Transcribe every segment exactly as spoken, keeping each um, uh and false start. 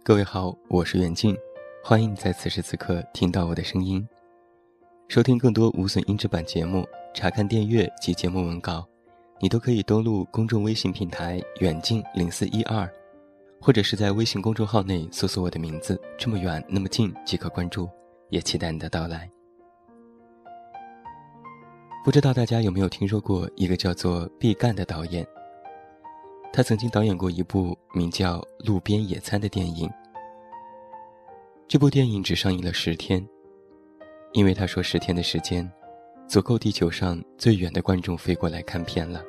各位好，我是袁静，欢迎你在此时此刻听到我的声音。收听更多无损音质版节目，查看电阅及节目文稿，你都可以登录公众微信平台远近零四一二，或者是在微信公众号内搜索我的名字，这么远那么近即可关注，也期待你的到来。不知道大家有没有听说过一个叫做毕赣的导演，他曾经导演过一部名叫《路边野餐》的电影。这部电影只上映了十天，因为他说十天的时间足够地球上最远的观众飞过来看片了。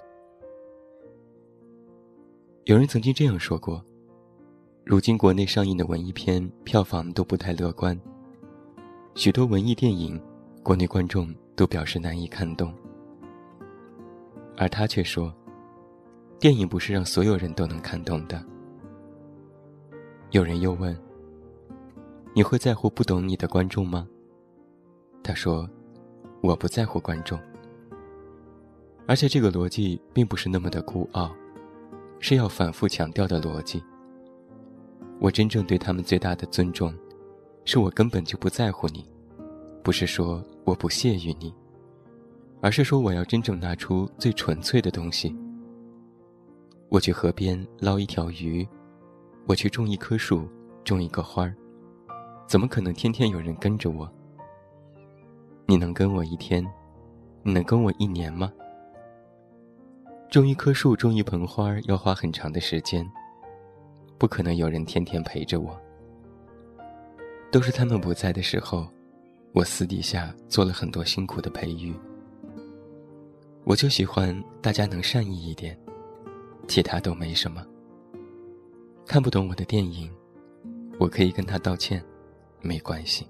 有人曾经这样说过，如今国内上映的文艺片票房都不太乐观，许多文艺电影国内观众都表示难以看懂，而他却说电影不是让所有人都能看懂的。有人又问，你会在乎不懂你的观众吗？他说，我不在乎观众。而且这个逻辑并不是那么的孤傲，是要反复强调的逻辑。我真正对他们最大的尊重，是我根本就不在乎你，不是说我不屑于你，而是说我要真正拿出最纯粹的东西。我去河边捞一条鱼，我去种一棵树，种一个花儿，怎么可能天天有人跟着我？你能跟我一天，你能跟我一年吗？种一棵树，种一盆花要花很长的时间，不可能有人天天陪着我。都是他们不在的时候，我私底下做了很多辛苦的培育。我就喜欢大家能善意一点，其他都没什么。看不懂我的电影，我可以跟他道歉，没关系。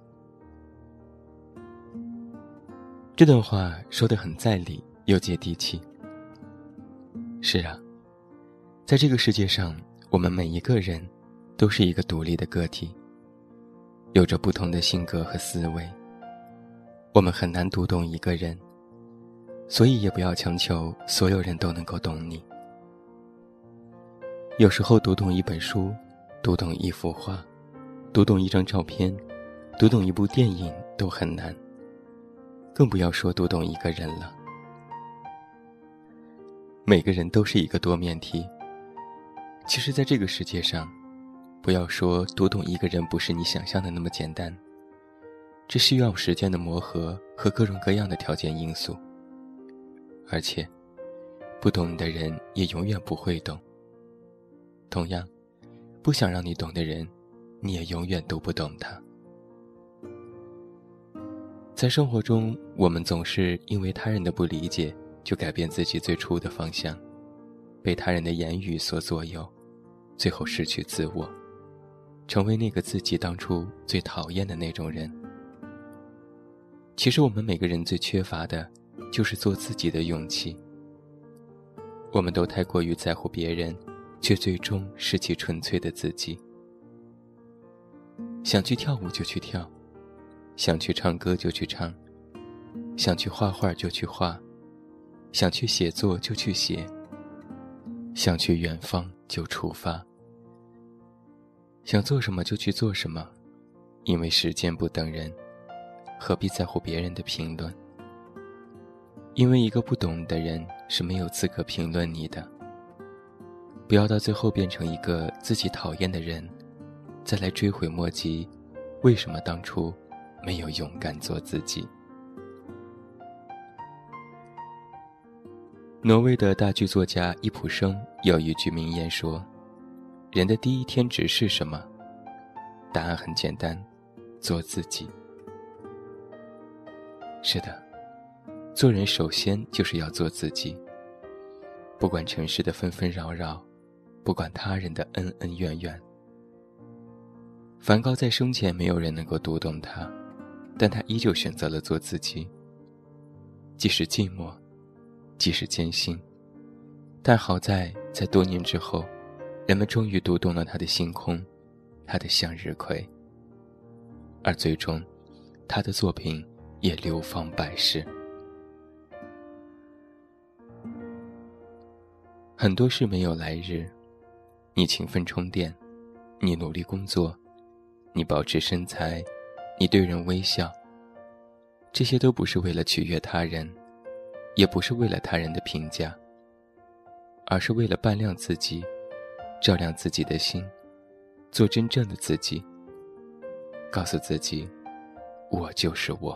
这段话说得很在理，又接地气。是啊，在这个世界上，我们每一个人都是一个独立的个体，有着不同的性格和思维。我们很难读懂一个人，所以也不要强求所有人都能够懂你。有时候读懂一本书，读懂一幅画，读懂一张照片，读懂一部电影都很难，更不要说读懂一个人了。每个人都是一个多面体。其实在这个世界上，不要说读懂一个人不是你想象的那么简单，这需要时间的磨合和各种各样的条件因素。而且，不懂你的人也永远不会懂。同样，不想让你懂的人，你也永远都不懂他。在生活中，我们总是因为他人的不理解，就改变自己最初的方向，被他人的言语所左右，最后失去自我，成为那个自己当初最讨厌的那种人。其实我们每个人最缺乏的，就是做自己的勇气。我们都太过于在乎别人，却最终失去纯粹的自己。想去跳舞就去跳，想去唱歌就去唱，想去画画就去画，想去写作就去写，想去远方就出发。想做什么就去做什么，因为时间不等人，何必在乎别人的评论？因为一个不懂你的人是没有资格评论你的。不要到最后变成一个自己讨厌的人，再来追悔莫及为什么当初没有勇敢做自己。挪威的大剧作家易卜生有一句名言说，人的第一天职是什么？答案很简单，做自己。是的，做人首先就是要做自己。不管尘世的纷纷扰扰，不管他人的恩恩怨怨。梵高在生前没有人能够读懂他，但他依旧选择了做自己。即使寂寞，即使艰辛，但好在在多年之后，人们终于读懂了他的星空，他的向日葵，而最终他的作品也流芳百世。很多事没有来日，你勤奋充电， 你努力工作，你保持身材，你对人微笑，这些都不是为了取悦他人，也不是为了他人的评价，而是为了扮亮自己，照亮自己的心，做真正的自己，告诉自己，我就是我。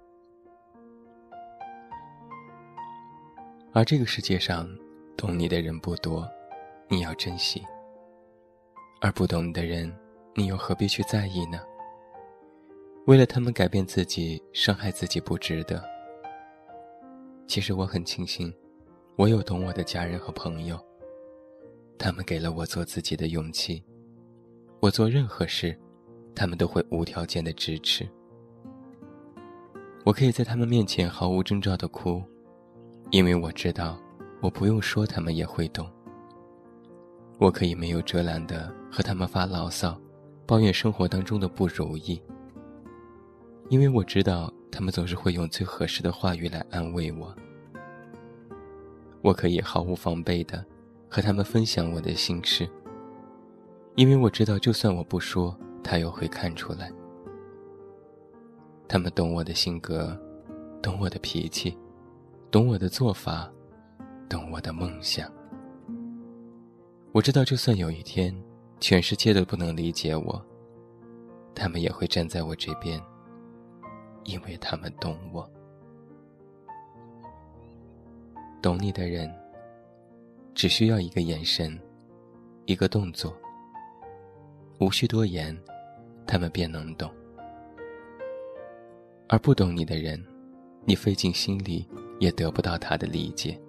而这个世界上，懂你的人不多，你要珍惜；而不懂你的人，你又何必去在意呢？为了他们改变自己，伤害自己不值得。其实我很庆幸，我有懂我的家人和朋友，他们给了我做自己的勇气。我做任何事，他们都会无条件的支持。我可以在他们面前毫无征兆地哭，因为我知道，我不用说他们也会懂。我可以没有遮拦地和他们发牢骚，抱怨生活当中的不如意，因为我知道他们总是会用最合适的话语来安慰我。我可以毫无防备地和他们分享我的心事，因为我知道就算我不说，他又会看出来。他们懂我的性格，懂我的脾气，懂我的做法，懂我的梦想。我知道就算有一天全世界都不能理解我，他们也会站在我这边，因为他们懂我。懂你的人，只需要一个眼神，一个动作，无需多言，他们便能懂。而不懂你的人，你费尽心力也得不到他的理解。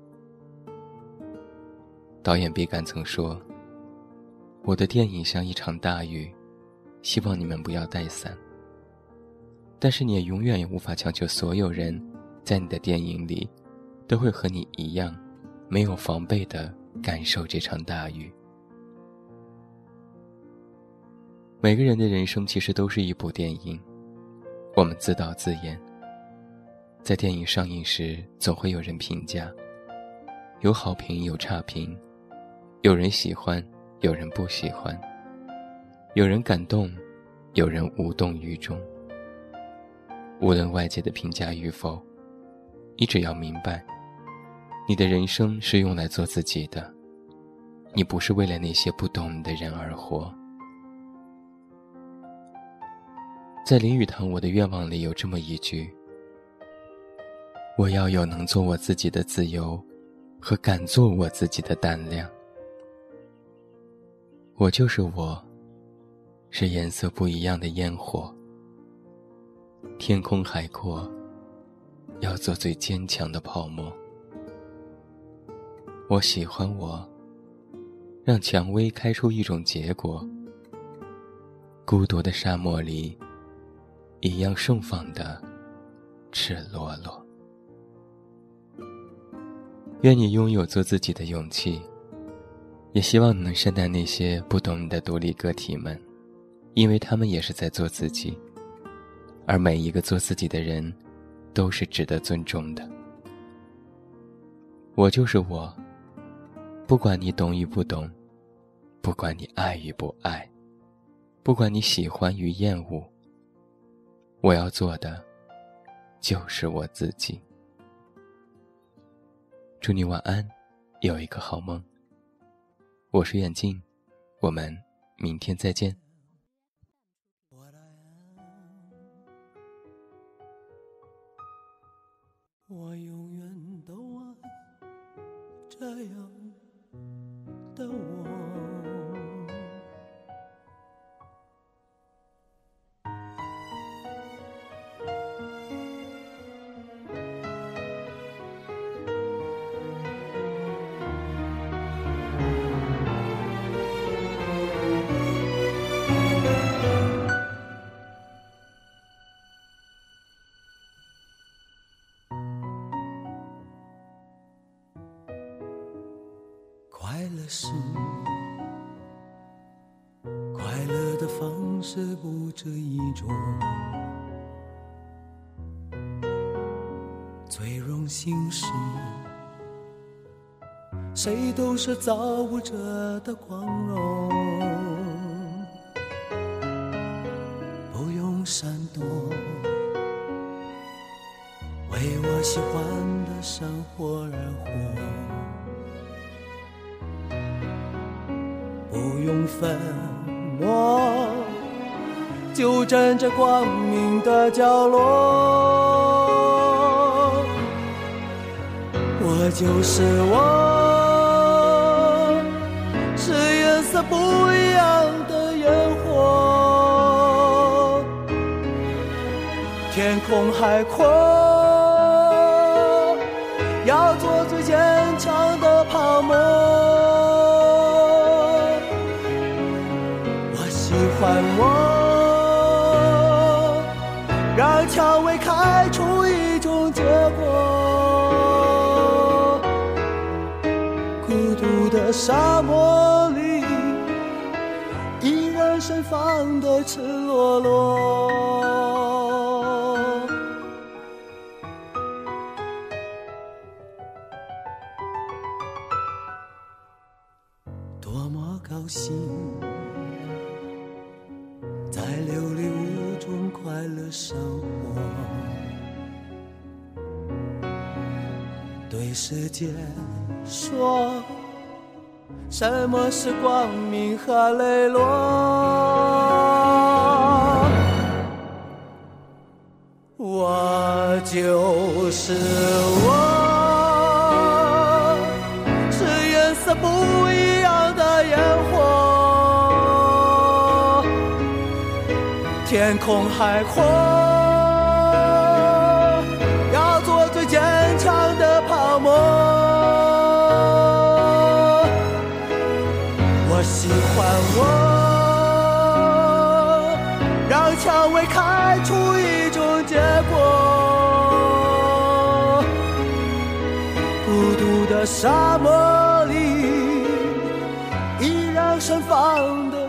导演毕赣曾说，我的电影像一场大雨，希望你们不要带伞。但是你也永远也无法强求所有人在你的电影里都会和你一样没有防备地感受这场大雨。每个人的人生其实都是一部电影，我们自导自演。在电影上映时，总会有人评价，有好评有差评，有人喜欢，有人不喜欢，有人感动，有人无动于衷。无论外界的评价与否，你只要明白，你的人生是用来做自己的，你不是为了那些不懂你的人而活。在林语堂《我的愿望》里有这么一句，我要有能做我自己的自由和敢做我自己的胆量。我就是我，是颜色不一样的烟火，天空海阔，要做最坚强的泡沫。我喜欢我，让蔷薇开出一种结果，孤独的沙漠里一样盛放的赤裸裸。愿你拥有做自己的勇气，也希望你能善待那些不懂你的独立个体们，因为他们也是在做自己，而每一个做自己的人都是值得尊重的。我就是我，不管你懂与不懂，不管你爱与不爱，不管你喜欢与厌恶，我要做的就是我自己。祝你晚安，有一个好梦。我是远近，我们明天再见。 我永远都爱这样的我。快乐是快乐的方式不止一种，最荣幸是谁都是造物者的光荣。 闪躲，为我喜欢的生活而活，不用粉墨，就站在光明的角落，我就是我，是颜色不一样的烟火，天空海阔，要做最坚强的泡沫，我喜欢我，让蔷薇开出一种结果，孤独的沙漠里依然盛放的赤裸裸，多么高兴在流离无中快乐生活，对世界说什么是光明和磊落，我就是我，是颜色不一样的烟火，天空海阔，要做最坚强的泡沫，我喜欢我，让蔷薇开出一种结果，孤独的沙漠里依然盛放的